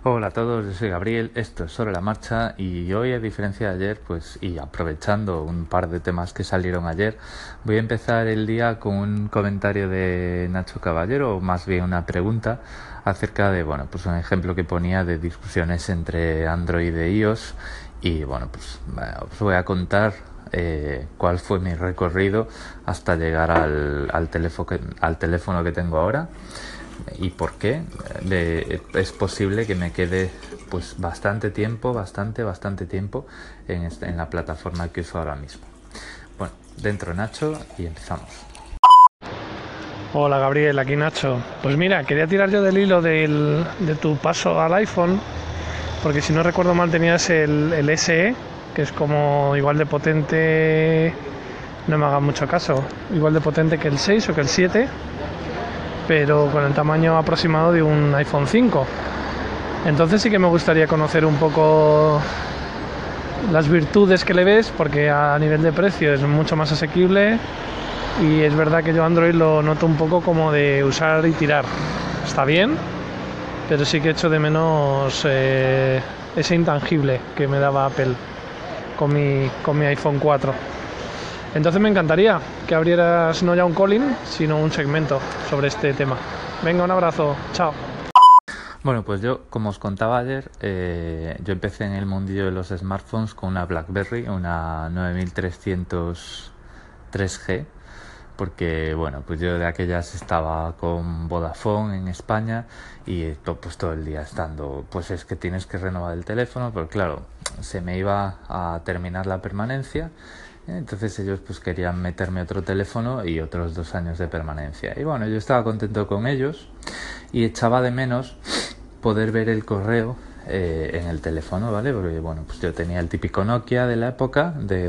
Hola a todos, yo soy Gabriel, esto es Sobre la Marcha y hoy, a diferencia de ayer, pues y aprovechando un par de temas que salieron ayer, voy a empezar el día con un comentario de Nacho Caballero, o más bien una pregunta acerca de, bueno, pues un ejemplo que ponía de discusiones entre Android e iOS y, bueno, pues os voy a contar cuál fue mi recorrido hasta llegar al teléfono que tengo ahora y por qué es posible que me quede pues bastante tiempo en la plataforma que uso ahora mismo. Bueno, dentro Nacho y empezamos. Hola Gabriel, aquí Nacho. Pues mira, quería tirar yo del hilo de tu paso al iPhone, porque si no recuerdo mal tenías el SE, que es como igual de potente, no me hagas mucho caso, igual de potente que el 6 o que el 7, pero con el tamaño aproximado de un iPhone 5. Entonces sí que me gustaría conocer un poco las virtudes que le ves, porque a nivel de precio es mucho más asequible. Y es verdad que yo Android lo noto un poco como de usar y tirar. Está bien, pero sí que echo de menos ese intangible que me daba Apple con mi iPhone 4. Entonces me encantaría que abrieras no ya un calling, sino un segmento sobre este tema. Venga, un abrazo, chao. Bueno, pues yo, como os contaba ayer, yo empecé en el mundillo de los smartphones con una BlackBerry, una 9300 3G, porque bueno, pues yo de aquellas estaba con Vodafone en España y pues todo el día estando, pues es que tienes que renovar el teléfono, pero claro, se me iba a terminar la permanencia. Entonces ellos pues querían meterme otro teléfono y otros 2 años de permanencia. Y bueno, yo estaba contento con ellos y echaba de menos poder ver el correo en el teléfono, ¿vale? Porque bueno, pues yo tenía el típico Nokia de la época, de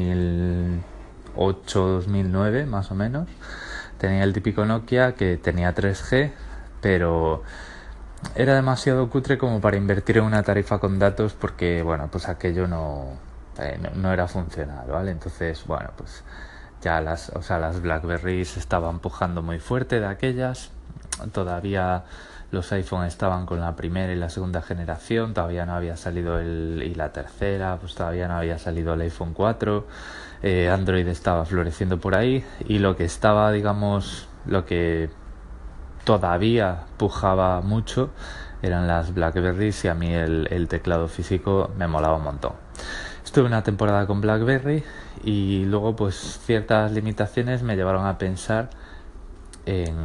2008-2009 más o menos. Tenía el típico Nokia que tenía 3G, pero era demasiado cutre como para invertir en una tarifa con datos porque, bueno, pues aquello no era funcional, ¿vale? Entonces, bueno, pues ya las BlackBerrys estaban pujando muy fuerte de aquellas. Todavía los iPhone estaban con la primera y la segunda generación, todavía no había salido y la tercera, pues todavía no había salido el iPhone 4. Android estaba floreciendo por ahí y lo que estaba, digamos, lo que todavía pujaba mucho eran las BlackBerrys y a mí el teclado físico me molaba un montón. Estuve una temporada con BlackBerry y luego pues ciertas limitaciones me llevaron a pensar en,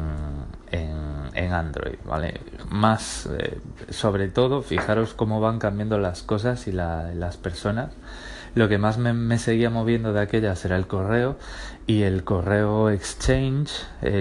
en Android, ¿vale? Más, sobre todo, fijaros cómo van cambiando las cosas y las personas. Lo que más me seguía moviendo de aquellas era el correo y el correo Exchange,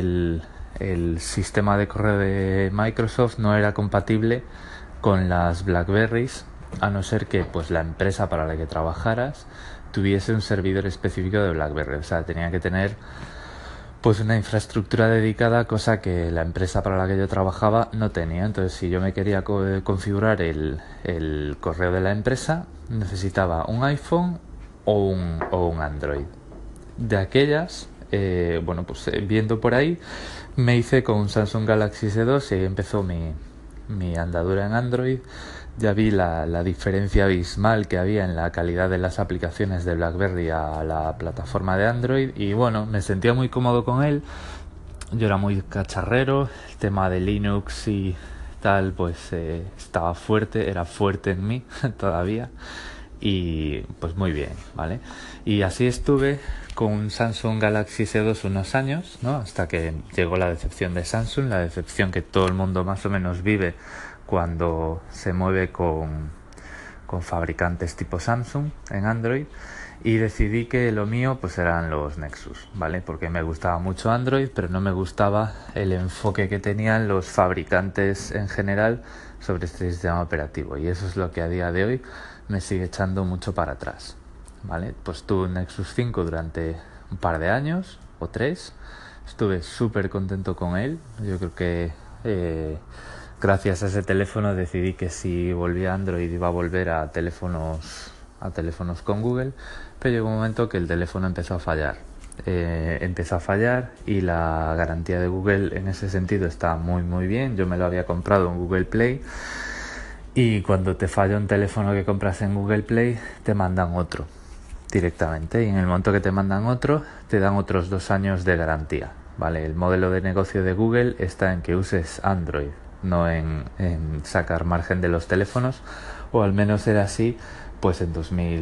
el sistema de correo de Microsoft no era compatible con las BlackBerrys, a no ser que pues la empresa para la que trabajaras tuviese un servidor específico de BlackBerry. O sea, tenía que tener pues una infraestructura dedicada, cosa que la empresa para la que yo trabajaba no tenía. Entonces, si yo me quería configurar el correo de la empresa, necesitaba un iPhone o un Android. De aquellas, bueno, pues viendo por ahí, me hice con un Samsung Galaxy S2 y ahí empezó mi andadura en Android. Ya vi la diferencia abismal que había en la calidad de las aplicaciones de BlackBerry a la plataforma de Android y bueno, me sentía muy cómodo con él. Yo era muy cacharrero, el tema de Linux y tal pues estaba fuerte, era fuerte en mí todavía y pues muy bien, ¿vale? Y así estuve con un Samsung Galaxy S2 unos años, ¿no? Hasta que llegó la decepción de Samsung, la decepción que todo el mundo más o menos vive cuando se mueve con fabricantes tipo Samsung en Android, y decidí que lo mío pues eran los Nexus, ¿vale? Porque me gustaba mucho Android, pero no me gustaba el enfoque que tenían los fabricantes en general sobre este sistema operativo, y eso es lo que a día de hoy me sigue echando mucho para atrás, ¿vale? Pues tuve un Nexus 5 durante un par de años o 3, estuve súper contento con él. Yo creo que gracias a ese teléfono decidí que si volvía a Android iba a volver a teléfonos con Google, pero llegó un momento que el teléfono empezó a fallar. Empezó a fallar y la garantía de Google en ese sentido está muy muy bien. Yo me lo había comprado en Google Play Y cuando te falla un teléfono que compras en Google Play, te mandan otro directamente. Y en el momento que te mandan otro, te dan otros 2 años de garantía. ¿Vale? El modelo de negocio de Google está en que uses Android, no en sacar margen de los teléfonos, o al menos era así pues en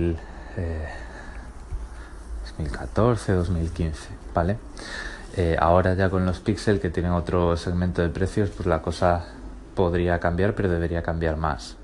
2014, 2015, ¿vale? Ahora ya con los Pixel, que tienen otro segmento de precios, pues la cosa podría cambiar, pero debería cambiar más.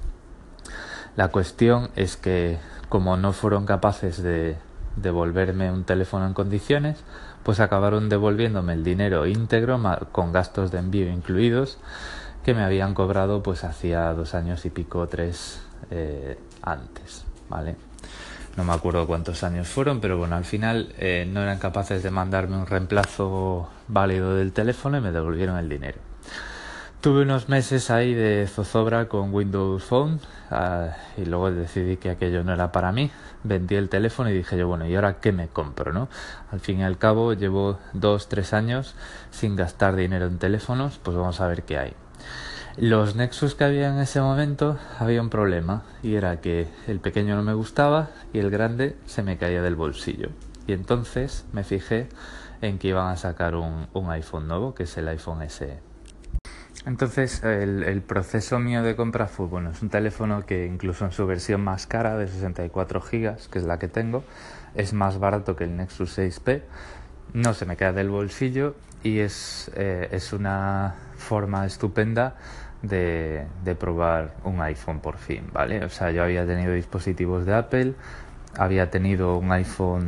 La cuestión es que como no fueron capaces de devolverme un teléfono en condiciones, pues acabaron devolviéndome el dinero íntegro con gastos de envío incluidos, que me habían cobrado pues hacía 2 años y pico, 3 antes, ¿vale? No me acuerdo cuántos años fueron, pero bueno, al final no eran capaces de mandarme un reemplazo válido del teléfono y me devolvieron el dinero. Tuve unos meses ahí de zozobra con Windows Phone y luego decidí que aquello no era para mí. Vendí el teléfono y dije yo, bueno, ¿y ahora qué me compro, no? Al fin y al cabo llevo 2-3 años sin gastar dinero en teléfonos, pues vamos a ver qué hay. Los Nexus que había en ese momento, había un problema, y era que el pequeño no me gustaba y el grande se me caía del bolsillo. Y entonces me fijé en que iban a sacar un iPhone nuevo, que es el iPhone SE. Entonces el proceso mío de compra fue, bueno, es un teléfono que incluso en su versión más cara de 64 GB, que es la que tengo, es más barato que el Nexus 6P, no se me cae del bolsillo y es una forma estupenda de probar un iPhone por fin, ¿vale? O sea, yo había tenido dispositivos de Apple, había tenido un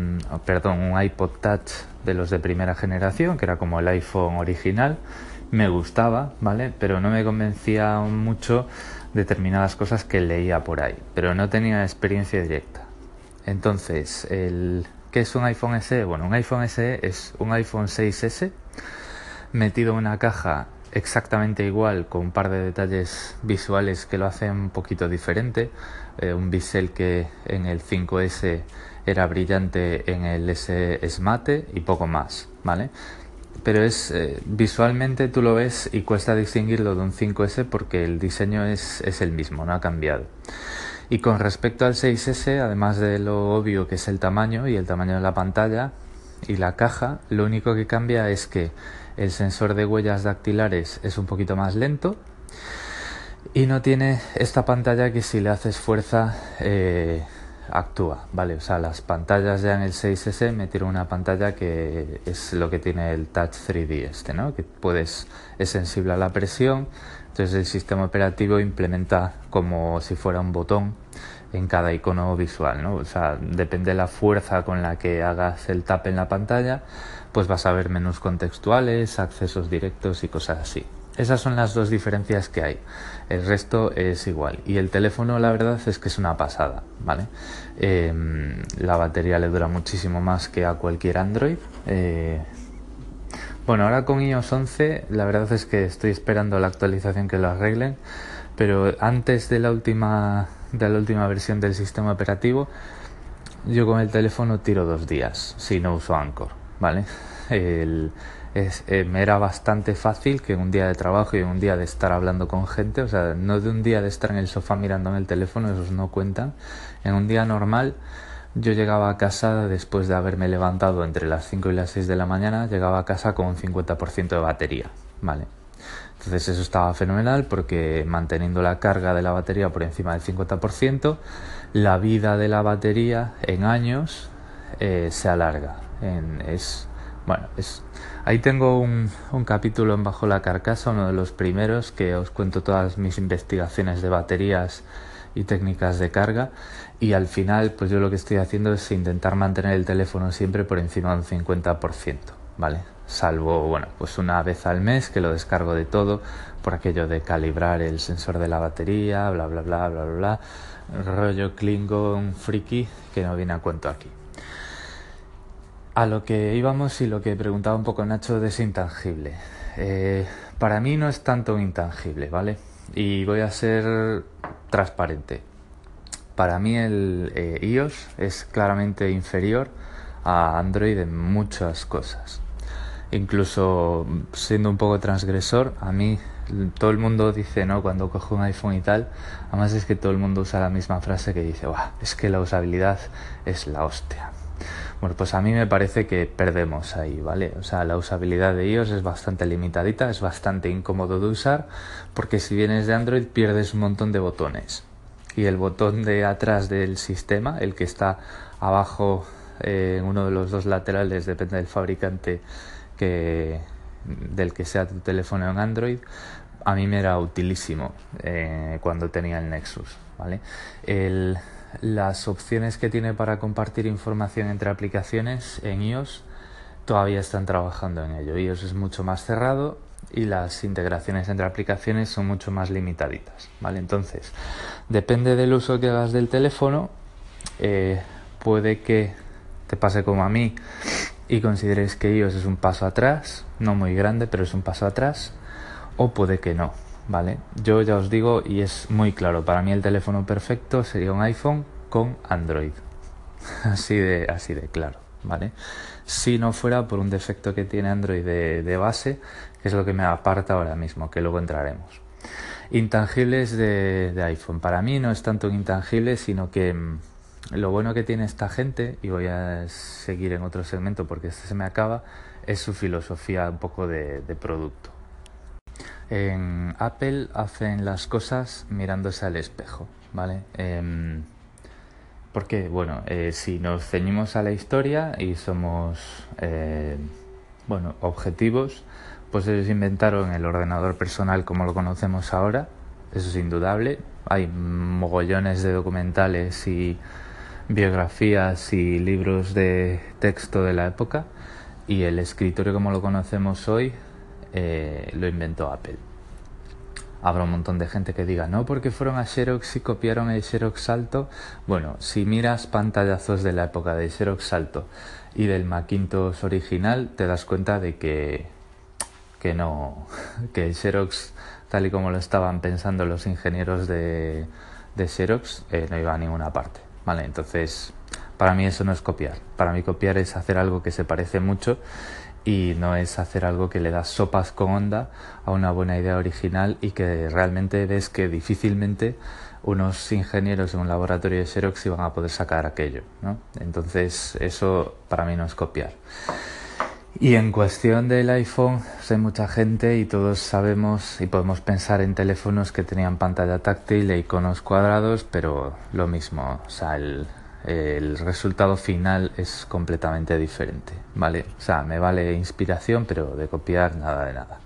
iPod Touch de los de primera generación, que era como el iPhone original. Me gustaba, ¿vale? Pero no me convencía mucho determinadas cosas que leía por ahí, pero no tenía experiencia directa. Entonces, ¿qué es un iPhone SE? Bueno, un iPhone SE es un iPhone 6S metido en una caja exactamente igual, con un par de detalles visuales que lo hacen un poquito diferente. Un bisel que en el 5S era brillante, en el S es mate y poco más, ¿vale? Pero visualmente tú lo ves y cuesta distinguirlo de un 5S porque el diseño es el mismo, no ha cambiado. Y con respecto al 6S, además de lo obvio que es el tamaño y el tamaño de la pantalla y la caja, lo único que cambia es que el sensor de huellas dactilares es un poquito más lento y no tiene esta pantalla que si le haces fuerza actúa, ¿vale? O sea, las pantallas ya en el 6S metieron una pantalla que es lo que tiene el Touch 3D ¿no? Que es sensible a la presión, entonces el sistema operativo implementa como si fuera un botón en cada icono visual, ¿no? O sea, depende de la fuerza con la que hagas el tap en la pantalla, pues vas a ver menús contextuales, accesos directos y cosas así. Esas son las dos diferencias que hay. El resto es igual. Y el teléfono, la verdad es que es una pasada, ¿vale? La batería le dura muchísimo más que a cualquier Android. Bueno, ahora con iOS 11, la verdad es que estoy esperando la actualización que lo arreglen. Pero antes de la última versión del sistema operativo, yo con el teléfono tiro 2 días si no uso Anchor, ¿vale? Me era bastante fácil que un día de trabajo y un día de estar hablando con gente, o sea, no de un día de estar en el sofá mirando en el teléfono, esos no cuentan. En un día normal yo llegaba a casa después de haberme levantado entre las 5 y las 6 de la mañana, llegaba a casa con un 50% de batería, ¿vale? Entonces eso estaba fenomenal porque manteniendo la carga de la batería por encima del 50%, la vida de la batería en años se alarga. Ahí tengo un capítulo en Bajo la Carcasa, uno de los primeros, que os cuento todas mis investigaciones de baterías y técnicas de carga, y al final pues yo lo que estoy haciendo es intentar mantener el teléfono siempre por encima de un 50%, ¿vale? Salvo, bueno, pues una vez al mes que lo descargo de todo por aquello de calibrar el sensor de la batería, bla bla bla bla bla, rollo Klingon friki que no viene a cuento aquí. A lo que íbamos y lo que preguntaba un poco Nacho de ese intangible. Para mí no es tanto un intangible, ¿vale? Y voy a ser transparente. Para mí el iOS es claramente inferior a Android en muchas cosas. Incluso siendo un poco transgresor, a mí todo el mundo dice, ¿no? Cuando coge un iPhone y tal, además es que todo el mundo usa la misma frase que dice, "Buah, es que la usabilidad es la hostia". Bueno, pues a mí me parece que perdemos ahí, ¿vale? O sea, la usabilidad de iOS es bastante limitadita, es bastante incómodo de usar, porque si vienes de Android pierdes un montón de botones. Y el botón de atrás del sistema, el que está abajo en uno de los dos laterales, depende del fabricante del que sea tu teléfono en Android, a mí me era utilísimo cuando tenía el Nexus, ¿vale? Las opciones que tiene para compartir información entre aplicaciones en iOS todavía están trabajando en ello. iOS es mucho más cerrado y las integraciones entre aplicaciones son mucho más limitaditas, ¿vale? Entonces, depende del uso que hagas del teléfono, puede que te pase como a mí y consideres que iOS es un paso atrás, no muy grande, pero es un paso atrás, o puede que no, ¿vale? Yo ya os digo, y es muy claro, para mí el teléfono perfecto sería un iPhone con Android. así de claro, ¿vale? Si no fuera por un defecto que tiene Android de base, que es lo que me aparta ahora mismo, que luego entraremos. Intangibles de iPhone. Para mí no es tanto un intangible, sino que lo bueno que tiene esta gente, y voy a seguir en otro segmento porque este se me acaba, es su filosofía un poco de producto. En Apple hacen las cosas mirándose al espejo, ¿vale? Porque, bueno, si nos ceñimos a la historia y somos, objetivos, pues ellos inventaron el ordenador personal como lo conocemos ahora, eso es indudable. Hay mogollones de documentales y biografías y libros de texto de la época, y el escritorio como lo conocemos hoy lo inventó Apple. Habrá un montón de gente que diga, no, porque fueron a Xerox y copiaron el Xerox Alto. Bueno, si miras pantallazos de la época de Xerox Alto y del Macintosh original, te das cuenta de que no, que el Xerox, tal y como lo estaban pensando los ingenieros de Xerox, no iba a ninguna parte, ¿vale? Entonces, para mí eso no es copiar. Para mí copiar es hacer algo que se parece mucho y no es hacer algo que le da sopas con onda a una buena idea original y que realmente ves que difícilmente unos ingenieros en un laboratorio de Xerox iban a poder sacar aquello, ¿no? Entonces eso para mí no es copiar. Y en cuestión del iPhone, hay mucha gente y todos sabemos y podemos pensar en teléfonos que tenían pantalla táctil e iconos cuadrados, pero lo mismo, o sea, el resultado final es completamente diferente, ¿vale? O sea, me vale inspiración, pero de copiar nada de nada.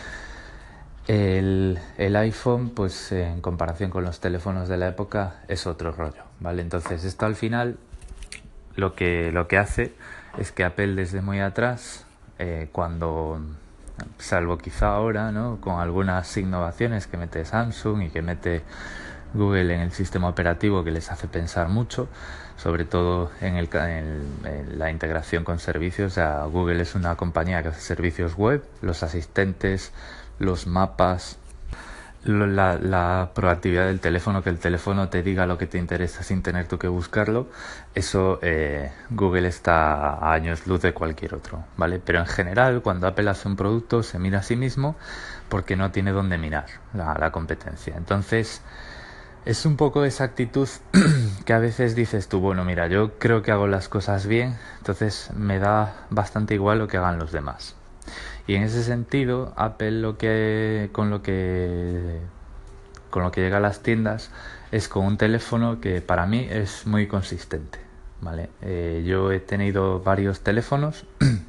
El iPhone, pues en comparación con los teléfonos de la época, es otro rollo, ¿vale? Entonces esto al final lo que hace es que Apple desde muy atrás, cuando, salvo quizá ahora, ¿no?, con algunas innovaciones que mete Samsung y que mete Google en el sistema operativo, que les hace pensar mucho, sobre todo en la integración con servicios. O sea, Google es una compañía que hace servicios web, los asistentes, los mapas, la proactividad del teléfono, que el teléfono te diga lo que te interesa sin tener tú que buscarlo. Eso Google está a años luz de cualquier otro, ¿vale? Pero en general, cuando Apple hace un producto, se mira a sí mismo porque no tiene dónde mirar la competencia. Entonces es un poco esa actitud que a veces dices tú, bueno, mira, yo creo que hago las cosas bien, entonces me da bastante igual lo que hagan los demás. Y en ese sentido, Apple con lo que llega a las tiendas es con un teléfono que para mí es muy consistente, ¿vale? Yo he tenido varios teléfonos.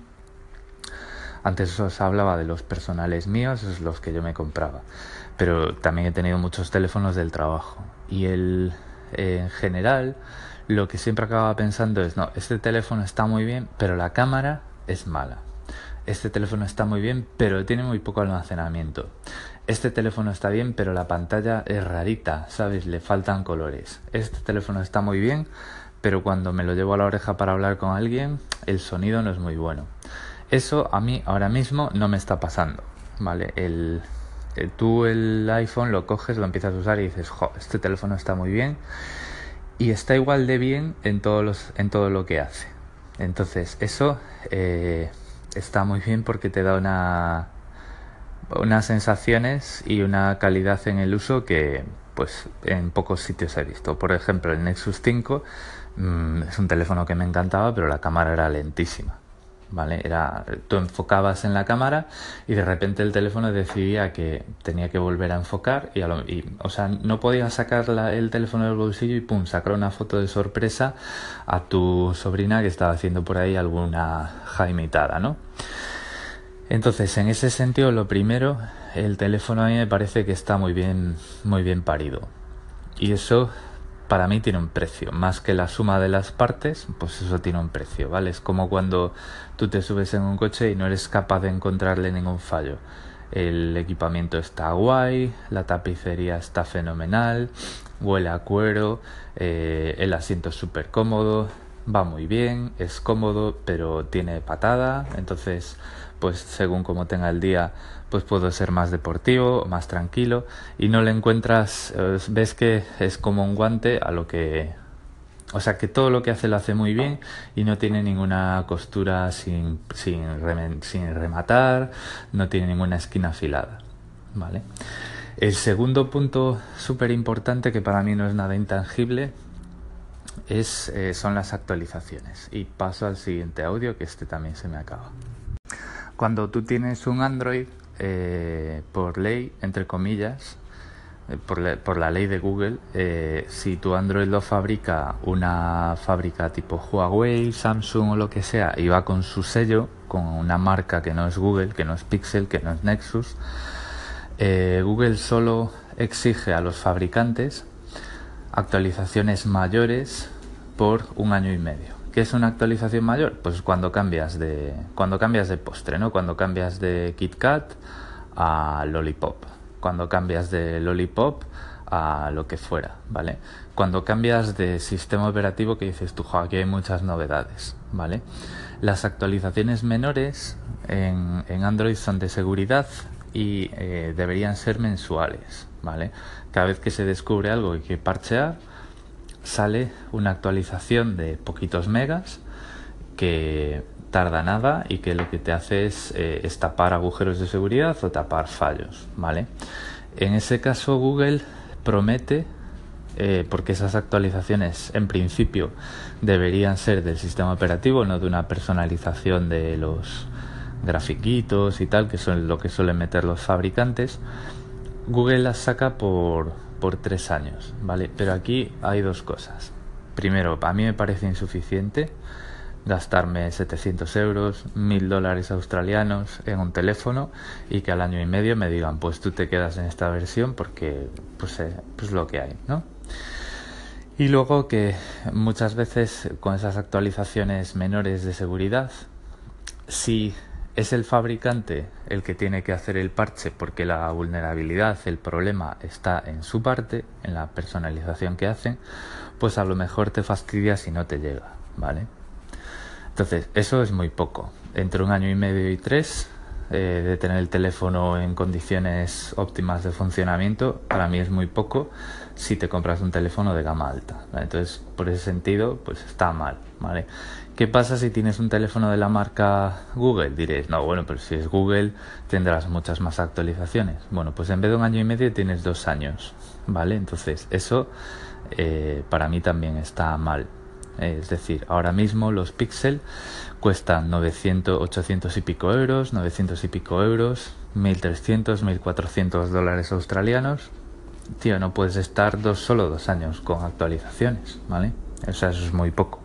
Antes os hablaba de los personales míos, esos los que yo me compraba, pero también he tenido muchos teléfonos del trabajo. Y en general, lo que siempre acababa pensando es, no, este teléfono está muy bien, pero la cámara es mala. Este teléfono está muy bien, pero tiene muy poco almacenamiento. Este teléfono está bien, pero la pantalla es rarita, ¿sabes? Le faltan colores. Este teléfono está muy bien, pero cuando me lo llevo a la oreja para hablar con alguien, el sonido no es muy bueno. Eso a mí ahora mismo no me está pasando, ¿vale? Tú el iPhone lo coges, lo empiezas a usar y dices, este teléfono está muy bien, y está igual de bien en todo lo que hace. Entonces eso está muy bien porque te da unas sensaciones y una calidad en el uso que pues en pocos sitios he visto. Por ejemplo, el Nexus 5 es un teléfono que me encantaba, pero la cámara era lentísima. ¿Vale? Tú enfocabas en la cámara y de repente el teléfono decidía que tenía que volver a enfocar o sea, no podías sacar el teléfono del bolsillo y pum, sacar una foto de sorpresa a tu sobrina que estaba haciendo por ahí alguna jaimitada, ¿no? Entonces, en ese sentido, lo primero, el teléfono a mí me parece que está muy bien parido. Y eso para mí tiene un precio, más que la suma de las partes, pues eso tiene un precio, ¿vale? Es como cuando tú te subes en un coche y no eres capaz de encontrarle ningún fallo. El equipamiento está guay, la tapicería está fenomenal, huele a cuero, el asiento es súper cómodo, va muy bien, es cómodo, pero tiene patada, entonces pues según como tenga el día pues puedo ser más deportivo, más tranquilo y no le encuentras, ves que es como un guante a lo que, o sea que todo lo que hace lo hace muy bien y no tiene ninguna costura sin rematar, no tiene ninguna esquina afilada, ¿vale? El segundo punto súper importante, que para mí no es nada intangible, son las actualizaciones. Y paso al siguiente audio, que este también se me acaba. Cuando tú tienes un Android, por ley, entre comillas, por la ley de Google, si tu Android lo fabrica una fábrica tipo Huawei, Samsung o lo que sea, y va con su sello, con una marca que no es Google, que no es Pixel, que no es Nexus, Google solo exige a los fabricantes actualizaciones mayores por 1 año y medio. ¿Qué es una actualización mayor? Pues cuando cambias de postre, ¿no? Cuando cambias de KitKat a Lollipop, cuando cambias de Lollipop a lo que fuera, ¿vale? Cuando cambias de sistema operativo, que dices tú, aquí hay muchas novedades, ¿vale? Las actualizaciones menores en Android son de seguridad y deberían ser mensuales, ¿vale? Cada vez que se descubre algo y hay que parchear, sale una actualización de poquitos megas que tarda nada y que lo que te hace es tapar agujeros de seguridad o tapar fallos, ¿vale? En ese caso Google promete, porque esas actualizaciones en principio deberían ser del sistema operativo, no de una personalización de los grafiquitos y tal, que son lo que suelen meter los fabricantes. Google las saca por 3 años, ¿vale? Pero aquí hay dos cosas. Primero, a mí me parece insuficiente gastarme 700 euros, $1000 australianos en un teléfono y que al año y medio me digan, pues tú te quedas en esta versión porque pues lo que hay, ¿no? Y luego que muchas veces con esas actualizaciones menores de seguridad, si es el fabricante el que tiene que hacer el parche porque la vulnerabilidad, el problema está en su parte, en la personalización que hacen, pues a lo mejor te fastidia si no te llega, ¿vale? Entonces, eso es muy poco. Entre 1 año y medio y 3 de tener el teléfono en condiciones óptimas de funcionamiento, para mí es muy poco si te compras un teléfono de gama alta, ¿vale? Entonces, por ese sentido, pues está mal, ¿vale? ¿Qué pasa si tienes un teléfono de la marca Google? Diréis, no, bueno, pero si es Google tendrás muchas más actualizaciones. Bueno, pues en vez de 1 año y medio tienes 2 años, ¿vale? Entonces, eso para mí también está mal. Es decir, ahora mismo los Pixel cuestan 800 y pico euros, 900 y pico euros, 1.300, 1.400 dólares australianos. Tío, no puedes estar solo 2 años con actualizaciones, ¿vale? O sea, eso es muy poco.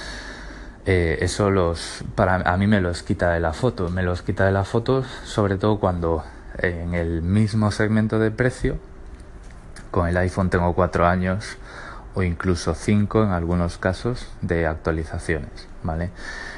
Eso a mí me los quita de la foto. Me los quita de la foto sobre todo cuando en el mismo segmento de precio, con el iPhone tengo 4 años o incluso 5 en algunos casos de actualizaciones, ¿vale?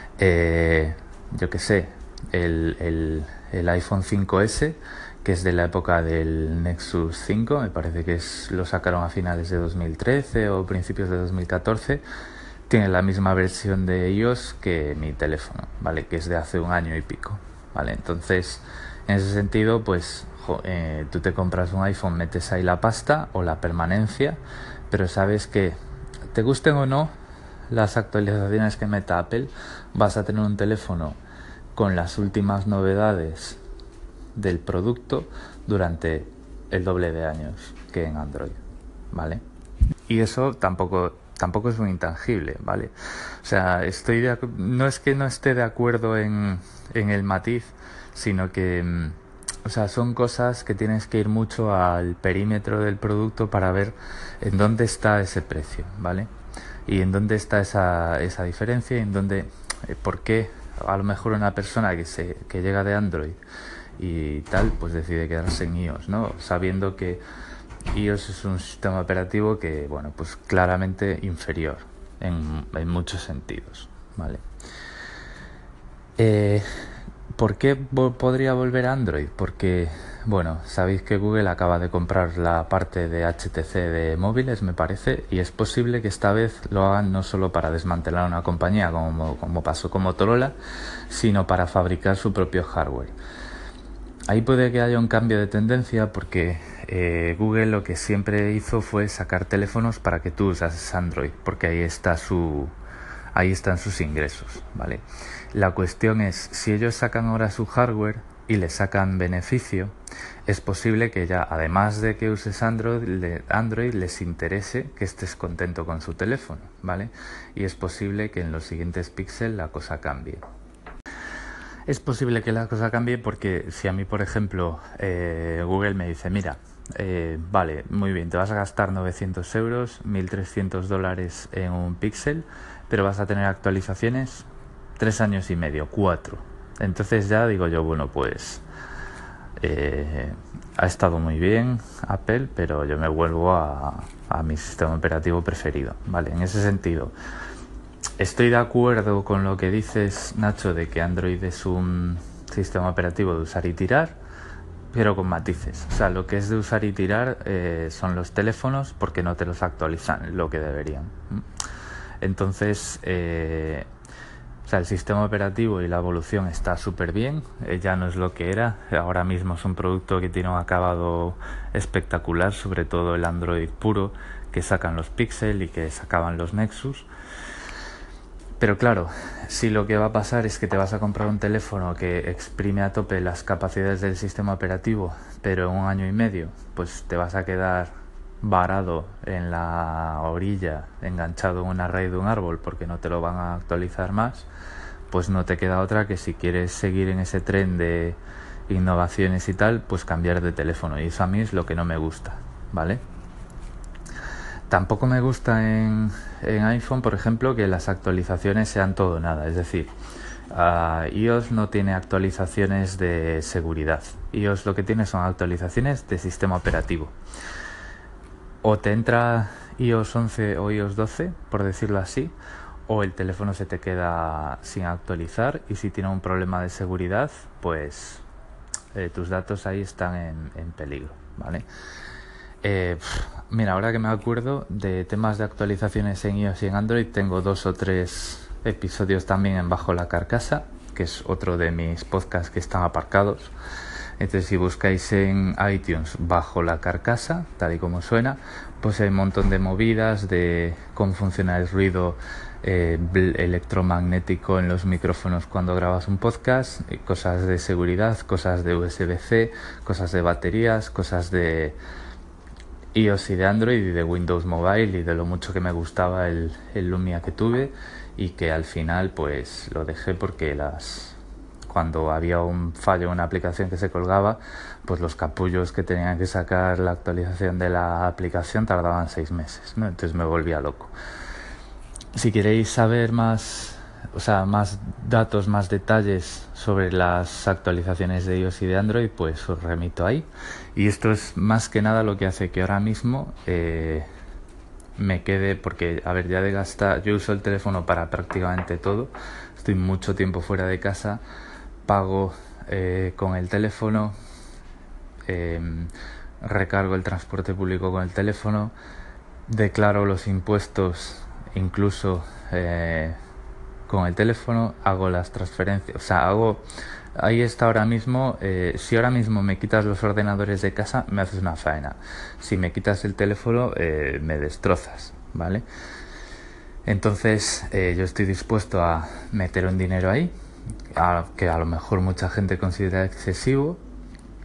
Yo qué sé, el iPhone 5S, que es de la época del Nexus 5, me parece que lo sacaron a finales de 2013 o principios de 2014, tiene la misma versión de iOS que mi teléfono, ¿vale? Que es de hace 1 año y pico, ¿vale? Entonces, en ese sentido, pues tú te compras un iPhone, metes ahí la pasta o la permanencia, pero sabes que, te gusten o no las actualizaciones que meta Apple, vas a tener un teléfono con las últimas novedades del producto durante el doble de años que en Android, ¿vale? Y eso tampoco es un intangible, ¿vale? O sea, no es que no esté de acuerdo en el matiz, sino que o sea, son cosas que tienes que ir mucho al perímetro del producto para ver en dónde está ese precio, ¿vale? Y en dónde está esa diferencia y en dónde, por qué a lo mejor una persona que llega de Android y tal, pues decide quedarse en iOS, ¿no? Sabiendo que iOS es un sistema operativo que, bueno, pues claramente inferior en muchos sentidos, ¿vale? ¿Por qué podría volver a Android? Porque, bueno, sabéis que Google acaba de comprar la parte de HTC de móviles, me parece, y es posible que esta vez lo hagan no solo para desmantelar una compañía como pasó con Motorola, sino para fabricar su propio hardware. Ahí puede que haya un cambio de tendencia porque Google lo que siempre hizo fue sacar teléfonos para que tú usases Android, porque ahí están sus ingresos, ¿vale? La cuestión es, si ellos sacan ahora su hardware y le sacan beneficio, es posible que ya, además de que uses Android les interese que estés contento con su teléfono, ¿vale? Y es posible que en los siguientes Pixel la cosa cambie. Es posible que la cosa cambie porque si a mí, por ejemplo, Google me dice, mira, vale, muy bien, te vas a gastar 900 euros, $1.300 en un Pixel, pero vas a tener actualizaciones 3 años y medio, 4. Entonces ya digo yo, bueno, pues ha estado muy bien Apple, pero yo me vuelvo a mi sistema operativo preferido, ¿vale? En ese sentido, estoy de acuerdo con lo que dices, Nacho, de que Android es un sistema operativo de usar y tirar, pero con matices. O sea, lo que es de usar y tirar son los teléfonos porque no te los actualizan lo que deberían. Entonces, o sea, el sistema operativo y la evolución está súper bien, ya no es lo que era, ahora mismo es un producto que tiene un acabado espectacular, sobre todo el Android puro que sacan los Pixel y que sacaban los Nexus. Pero claro, si lo que va a pasar es que te vas a comprar un teléfono que exprime a tope las capacidades del sistema operativo, pero en 1 año y medio, pues te vas a quedar varado en la orilla, enganchado en una raíz de un árbol porque no te lo van a actualizar más, pues no te queda otra que, si quieres seguir en ese tren de innovaciones y tal, pues cambiar de teléfono. Y eso a mí es lo que no me gusta, ¿vale? Tampoco me gusta en iPhone, por ejemplo, que las actualizaciones sean todo o nada. Es decir, iOS no tiene actualizaciones de seguridad. iOS lo que tiene son actualizaciones de sistema operativo. O te entra iOS 11 o iOS 12, por decirlo así, o el teléfono se te queda sin actualizar, y si tiene un problema de seguridad, pues tus datos ahí están en peligro, ¿vale? Mira, ahora que me acuerdo de temas de actualizaciones en iOS y en Android, tengo 2 o 3 episodios también en Bajo la Carcasa, que es otro de mis podcasts que están aparcados. Entonces, si buscáis en iTunes Bajo la Carcasa, tal y como suena, pues hay un montón de movidas de cómo funciona el ruido electromagnético en los micrófonos cuando grabas un podcast, cosas de seguridad, cosas de USB-C, cosas de baterías, cosas de iOS y de Android y de Windows Mobile, y de lo mucho que me gustaba el Lumia que tuve, y que al final pues lo dejé porque cuando había un fallo en una aplicación que se colgaba, pues los capullos que tenían que sacar la actualización de la aplicación tardaban 6 meses, ¿no? Entonces me volvía loco. Si queréis saber más datos, más detalles sobre las actualizaciones de iOS y de Android, pues os remito ahí. Y esto es más que nada lo que hace que ahora mismo me quede, porque, a ver, ya de gastar, yo uso el teléfono para prácticamente todo, estoy mucho tiempo fuera de casa, pago con el teléfono, recargo el transporte público con el teléfono, declaro los impuestos incluso con el teléfono, hago las transferencias, o sea, ahí está ahora mismo. Si ahora mismo me quitas los ordenadores de casa, me haces una faena. Si me quitas el teléfono, me destrozas, ¿vale? Entonces yo estoy dispuesto a meter un dinero ahí, que a lo mejor mucha gente considera excesivo,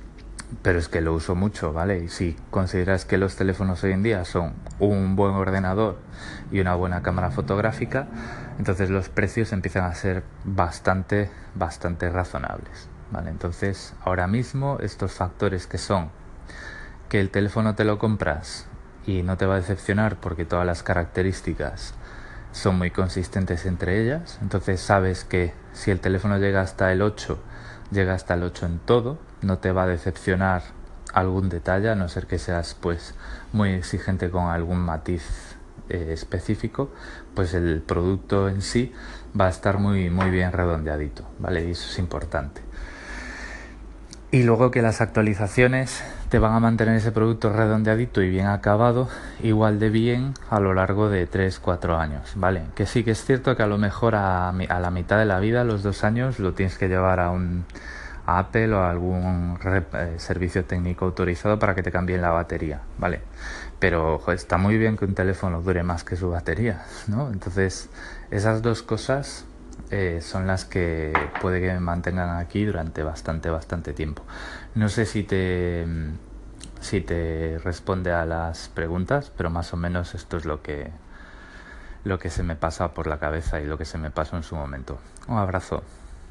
pero es que lo uso mucho, ¿vale? Y si consideras que los teléfonos hoy en día son un buen ordenador y una buena cámara fotográfica, entonces los precios empiezan a ser bastante razonables, ¿vale? Entonces, ahora mismo estos factores que son que el teléfono te lo compras y no te va a decepcionar porque todas las características son muy consistentes entre ellas, entonces sabes que si el teléfono llega hasta el 8 en todo, no te va a decepcionar algún detalle, a no ser que seas pues muy exigente con algún matiz específico, pues el producto en sí va a estar muy bien redondeadito, ¿vale? Y eso es importante. Y luego que las actualizaciones te van a mantener ese producto redondeadito y bien acabado, igual de bien a lo largo de 3-4 años, ¿vale? Que sí que es cierto que a lo mejor a la mitad de la vida, los 2 años, lo tienes que llevar a Apple o a algún servicio técnico autorizado para que te cambien la batería, ¿vale? Pero joder, está muy bien que un teléfono dure más que su batería, ¿no? Entonces, esas dos cosas son las que puede que me mantengan aquí durante bastante tiempo. No sé si te responde a las preguntas, pero más o menos esto es lo que se me pasa por la cabeza y lo que se me pasó en su momento. Un abrazo.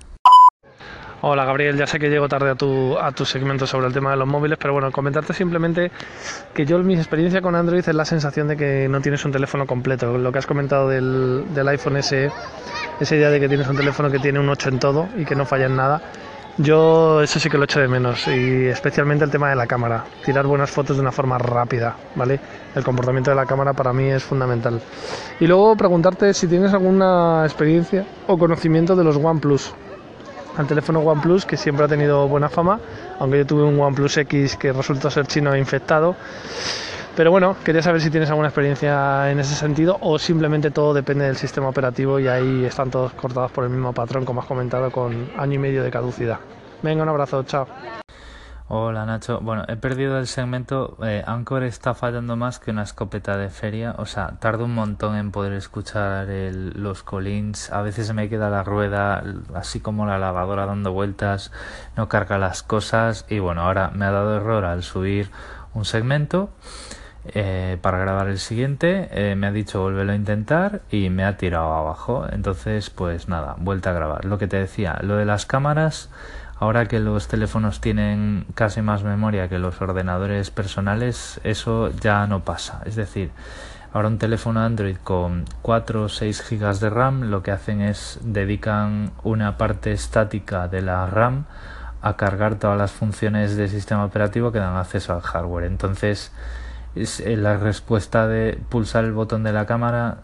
Hola Gabriel, ya sé que llego tarde a tu segmento sobre el tema de los móviles, pero bueno, comentarte simplemente que yo mi experiencia con Android es la sensación de que no tienes un teléfono completo. Lo que has comentado del iPhone SE, esa idea de que tienes un teléfono que tiene un 8 en todo y que no falla en nada, yo eso sí que lo echo de menos, y especialmente el tema de la cámara, tirar buenas fotos de una forma rápida, ¿vale? El comportamiento de la cámara para mí es fundamental. Y luego preguntarte si tienes alguna experiencia o conocimiento de los OnePlus. Al teléfono OnePlus, que siempre ha tenido buena fama, aunque yo tuve un OnePlus X que resultó ser chino e infectado. Pero bueno, quería saber si tienes alguna experiencia en ese sentido o simplemente todo depende del sistema operativo y ahí están todos cortados por el mismo patrón, como has comentado, con 1 año y medio de caducidad. Venga, un abrazo, chao. Hola Nacho, bueno, he perdido el segmento. Anchor está fallando más que una escopeta de feria, o sea, tardo un montón en poder escuchar los callins, a veces se me queda la rueda, así como la lavadora dando vueltas, no carga las cosas y bueno, ahora me ha dado error al subir un segmento para grabar el siguiente, me ha dicho vuélvelo a intentar y me ha tirado abajo, entonces pues nada, vuelta a grabar. Lo que te decía, lo de las cámaras. Ahora que los teléfonos tienen casi más memoria que los ordenadores personales, eso ya no pasa. Es decir, ahora un teléfono Android con 4 o 6 gigas de RAM lo que hacen es dedican una parte estática de la RAM a cargar todas las funciones del sistema operativo que dan acceso al hardware. Entonces, la respuesta de pulsar el botón de la cámara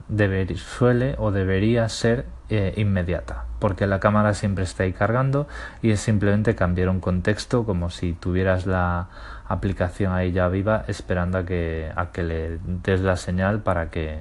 debería ser inmediata, porque la cámara siempre está ahí cargando y es simplemente cambiar un contexto, como si tuvieras la aplicación ahí ya viva esperando a que le des la señal para que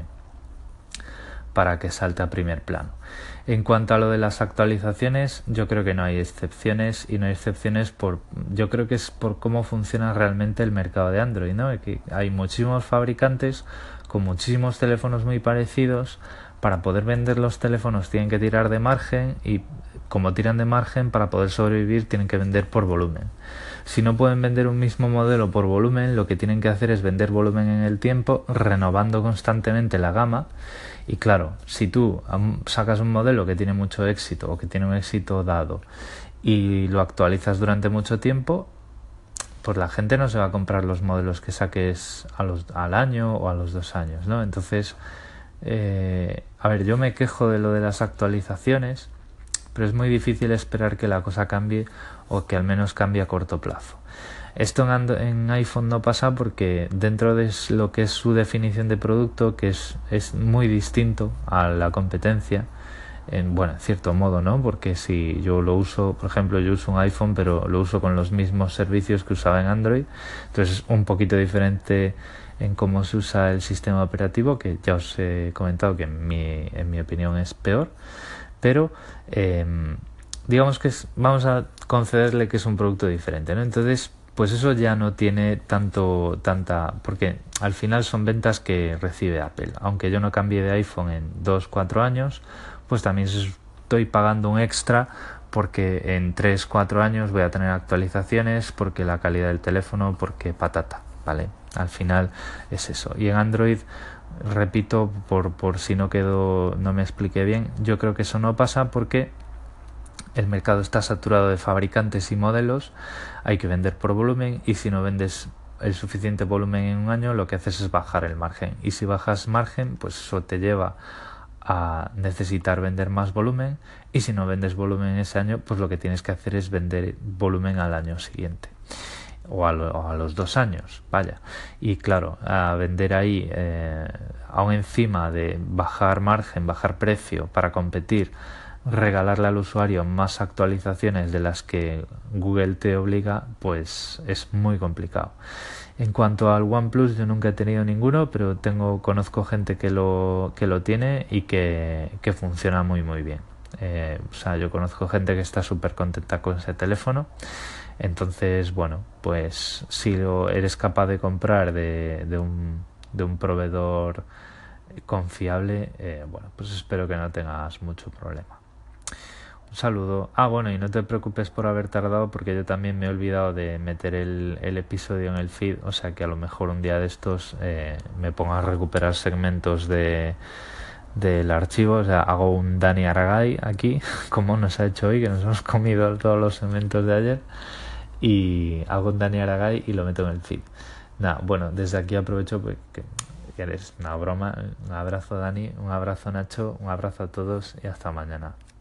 salte a primer plano. En cuanto a lo de las actualizaciones, yo creo que no hay excepciones, y no hay excepciones yo creo que es por cómo funciona realmente el mercado de Android, ¿no? Que hay muchísimos fabricantes con muchísimos teléfonos muy parecidos. Para poder vender los teléfonos tienen que tirar de margen, y como tiran de margen, para poder sobrevivir tienen que vender por volumen. Si no pueden vender un mismo modelo por volumen, lo que tienen que hacer es vender volumen en el tiempo, renovando constantemente la gama. Y claro, si tú sacas un modelo que tiene mucho éxito o que tiene un éxito dado y lo actualizas durante mucho tiempo, pues la gente no se va a comprar los modelos que saques al año o a los 2 años, ¿no? Entonces, a ver, yo me quejo de lo de las actualizaciones, pero es muy difícil esperar que la cosa cambie, o que al menos cambie a corto plazo. Esto en iPhone no pasa, porque dentro de lo que es su definición de producto, que es muy distinto a la competencia, en cierto modo, ¿no? Porque si yo lo uso, por ejemplo, yo uso un iPhone, pero lo uso con los mismos servicios que usaba en Android, entonces es un poquito diferente en cómo se usa el sistema operativo, que ya os he comentado que en mi opinión es peor, pero digamos que vamos a concederle que es un producto diferente, ¿no? Entonces, pues eso ya no tiene tanta, porque al final son ventas que recibe Apple. Aunque yo no cambie de iPhone en 2-4 años, pues también estoy pagando un extra porque en 3-4 años voy a tener actualizaciones, porque la calidad del teléfono, porque patata, ¿vale? Al final es eso. Y en Android, repito, por si no me expliqué bien, yo creo que eso no pasa porque el mercado está saturado de fabricantes y modelos, hay que vender por volumen, y si no vendes el suficiente volumen en un año, lo que haces es bajar el margen, y si bajas margen, pues eso te lleva a necesitar vender más volumen, y si no vendes volumen en ese año, pues lo que tienes que hacer es vender volumen al año siguiente o a los 2 años, vaya. Y claro, a vender ahí, aún encima de bajar margen, bajar precio para competir, regalarle al usuario más actualizaciones de las que Google te obliga, pues es muy complicado. En cuanto al OnePlus, yo nunca he tenido ninguno, pero conozco gente que lo tiene y que funciona muy muy bien. O sea, yo conozco gente que está súper contenta con ese teléfono. Entonces, bueno, pues si eres capaz de comprar de un proveedor confiable, bueno, pues espero que no tengas mucho problema. Un saludo. Bueno, y no te preocupes por haber tardado, porque yo también me he olvidado de meter el episodio en el feed, o sea que a lo mejor un día de estos me pongo a recuperar segmentos del archivo, o sea, hago un Dani Aragay aquí, como nos ha hecho hoy, que nos hemos comido todos los segmentos de ayer, y hago un Dani Aragay y lo meto en el feed. Nada, bueno, desde aquí aprovecho pues, que eres una broma. Un abrazo, Dani, un abrazo, Nacho, un abrazo a todos y hasta mañana.